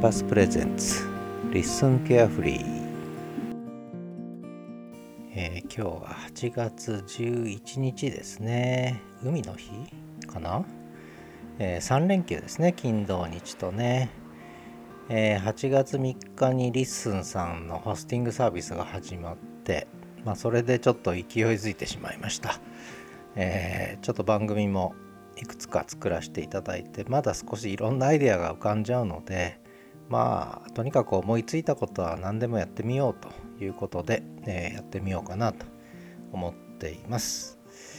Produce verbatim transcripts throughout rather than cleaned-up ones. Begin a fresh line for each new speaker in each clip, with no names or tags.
パスプレゼンツリッスンケアフリー、えー、今日ははちがつじゅういちにちですね。海の日かな、えー、さんれんきゅうですね。金土日とね、えー、はちがつみっかにリッスンさんのホスティングサービスが始まって、まあ、それでちょっと勢いづいてしまいました。えー、ちょっと番組もいくつか作らせていただいて、まだ少しいろんなアイデアが浮かんじゃうので、まあとにかく思いついたことは何でもやってみようということで、えー、やってみようかなと思っています。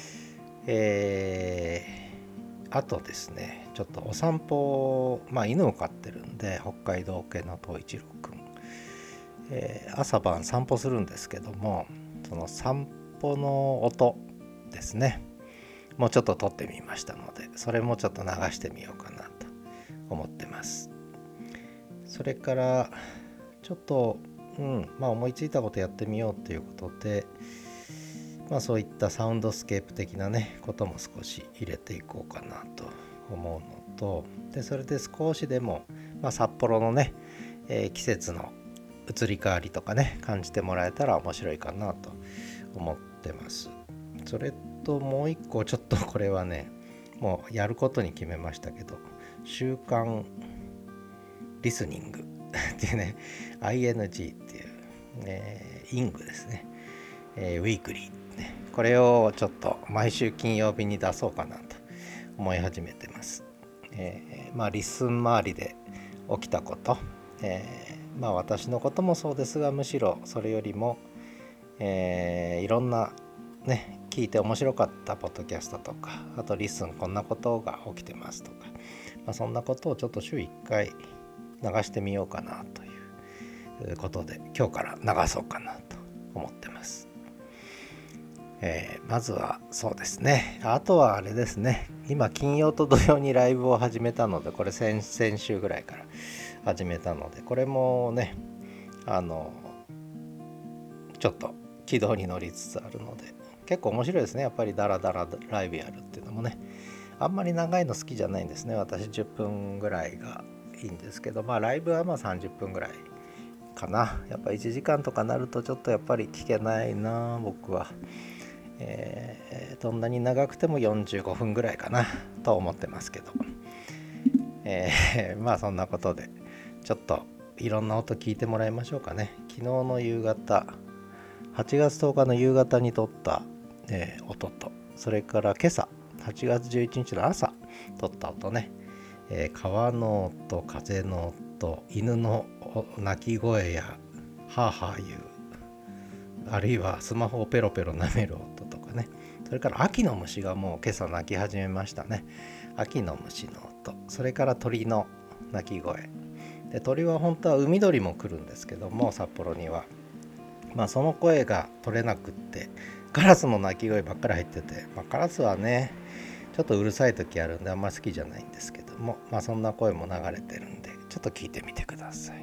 えー、あとですね、ちょっとお散歩、まあ犬を飼ってるんで、北海道系の東一郎くん、えー、朝晩散歩するんですけども、その散歩の音ですね、もうちょっと撮ってみましたので、それもちょっと流してみようかなと思ってます。それからちょっと、うんまあ、思いついたことやってみようということで、まあ、そういったサウンドスケープ的なねことも少し入れていこうかなと思うのと、でそれで少しでも、まあ、札幌のね、えー、季節の移り変わりとかね感じてもらえたら面白いかなと思ってます。それともう一個、ちょっとこれはねもうやることに決めましたけど、週刊リスニングっていうね アイエヌジー っていう、えー、イングですね、えー、ウィークリー、ね、これをちょっと毎週金曜日に出そうかなと思い始めてます。えー、まあリスン周りで起きたこと、えー、まあ私のこともそうですが、むしろそれよりも、えー、いろんなね聞いて面白かったポッドキャストとか、あとリスンこんなことが起きてますとか、まあ、そんなことをちょっと週いっかい流してみようかなということで、今日から流そうかなと思ってます。えー、まずはそうですね、あとはあれですね、今金曜と土曜にライブを始めたので、これ 先, 先週ぐらいから始めたので、これもねあのちょっと軌道に乗りつつあるので、結構面白いですね。やっぱりダラダラライブやるっていうのもね、あんまり長いの好きじゃないんですね。私じゅっぷんぐらいがいいんですけど、まあライブはまあさんじゅっぷんぐらいかな。やっぱいちじかんとかなるとちょっとやっぱり聞けないな僕は、えー、どんなに長くてもよんじゅうごふんぐらいかなと思ってますけど、えー、まあそんなことでちょっといろんな音聞いてもらいましょうかね。昨日の夕方、はちがつとおかの夕方に撮った、えー、音と、それから今朝はちがつじゅういちにちの朝撮った音ね、えー、川の音、風の音、犬の鳴き声やハーハー言う、あるいはスマホをペロペロ舐める音とかね、それから秋の虫がもう今朝鳴き始めましたね。秋の虫の音、それから鳥の鳴き声で、鳥は本当は海鳥も来るんですけども、札幌にはまあその声が取れなくって、カラスの鳴き声ばっかり入ってて、まあ、カラスはねちょっとうるさい時あるんであんま好きじゃないんですけども、まあそんな声も流れてるんで、ちょっと聞いてみてください。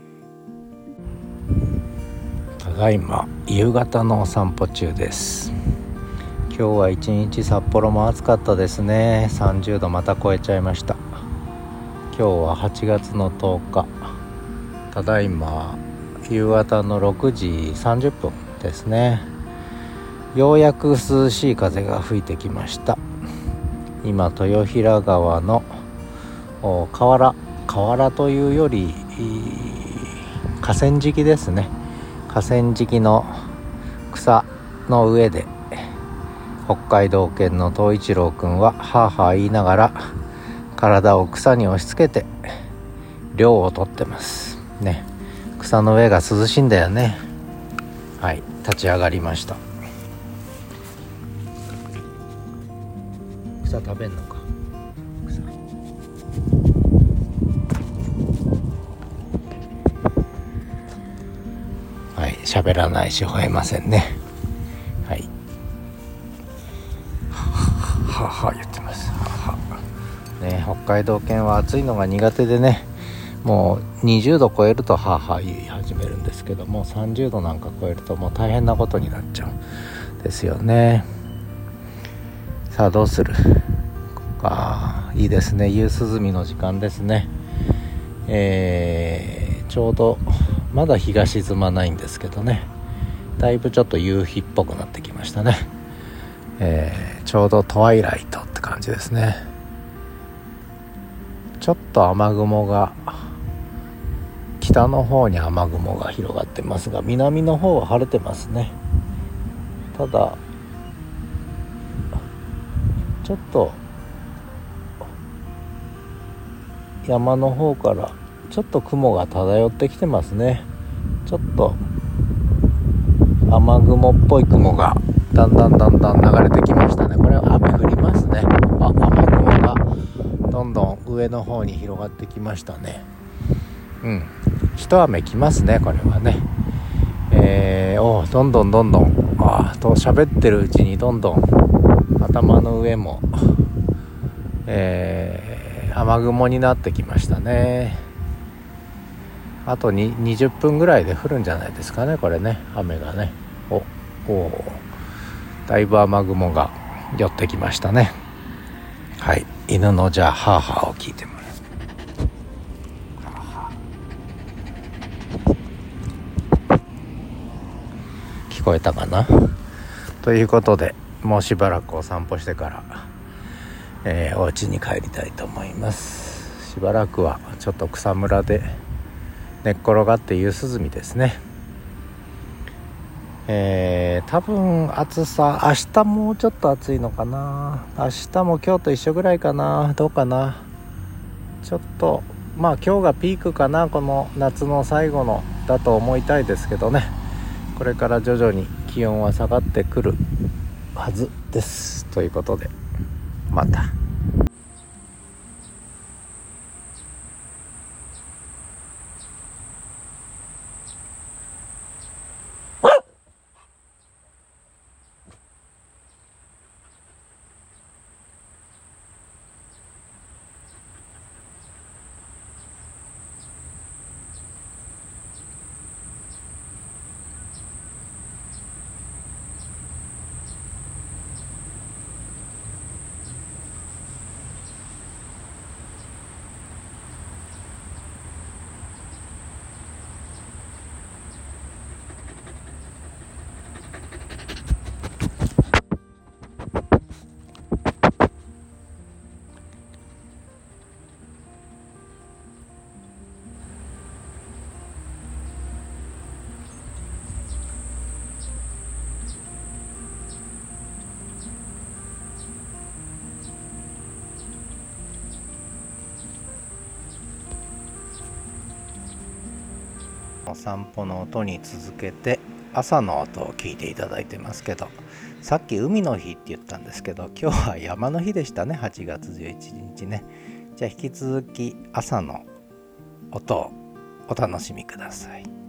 ただいま夕方のお散歩中です。今日は一日札幌も暑かったですね。さんじゅうどまた超えちゃいました。今日ははちがつのとおか、ただいま夕方のろくじさんじゅっぷんですね。ようやく涼しい風が吹いてきました。今豊平川の河原河原というより河川敷ですね。河川敷の草の上で北海道犬の東一郎くんはハーハー言いながら体を草に押し付けて涼をとってますね。草の上が涼しいんだよね。はい、立ち上がりました。草食べんのか。草はい、喋らないし吠えませんね。はい、ははは言ってます。ははね、北海道犬は暑いのが苦手でね、もうにじゅうど超えるとハーハー言い始めるんですけども、さんじゅうどなんか超えるともう大変なことになっちゃうんですよね。さあどうする。あ、いいですね、夕涼みの時間ですね。 えー、ちょうどまだ日が沈まないんですけどね、だいぶちょっと夕日っぽくなってきましたね。えー、ちょうどトワイライトって感じですね。ちょっと雨雲が、北の方に雨雲が広がってますが、南の方は晴れてますね。ただちょっと山の方からちょっと雲が漂ってきてますね。ちょっと雨雲っぽい雲がだんだんだんだん流れてきましたね。これは雨降りますね。あ、雨雲がどんどん上の方に広がってきましたね。うん、一雨来ますね、これはね。えー、おどんどんどんどんあと喋ってるうちにどんどん頭の上も、えー、雨雲になってきましたね。あとににじゅっぷんぐらいで降るんじゃないですかね、これね、雨がね。おおだいぶ雨雲が寄ってきましたね。はい、犬のじゃあハーハーを聞いてもらう。聞こえたかな。ということで、もうしばらくお散歩してから、えー、お家に帰りたいと思います。しばらくはちょっと草むらで寝っ転がって夕涼みですね。えー、多分暑さ、明日もうちょっと暑いのかな。明日も今日と一緒ぐらいかな。どうかな。ちょっとまあ今日がピークかな、この夏の最後のだと思いたいですけどね。これから徐々に気温は下がってくるはずです。ということで、また。お散歩の音に続けて朝の音を聞いていただいてますけど、さっき海の日って言ったんですけど、今日は山の日でしたね。はちがつじゅういちにちね。じゃあ引き続き朝の音をお楽しみください。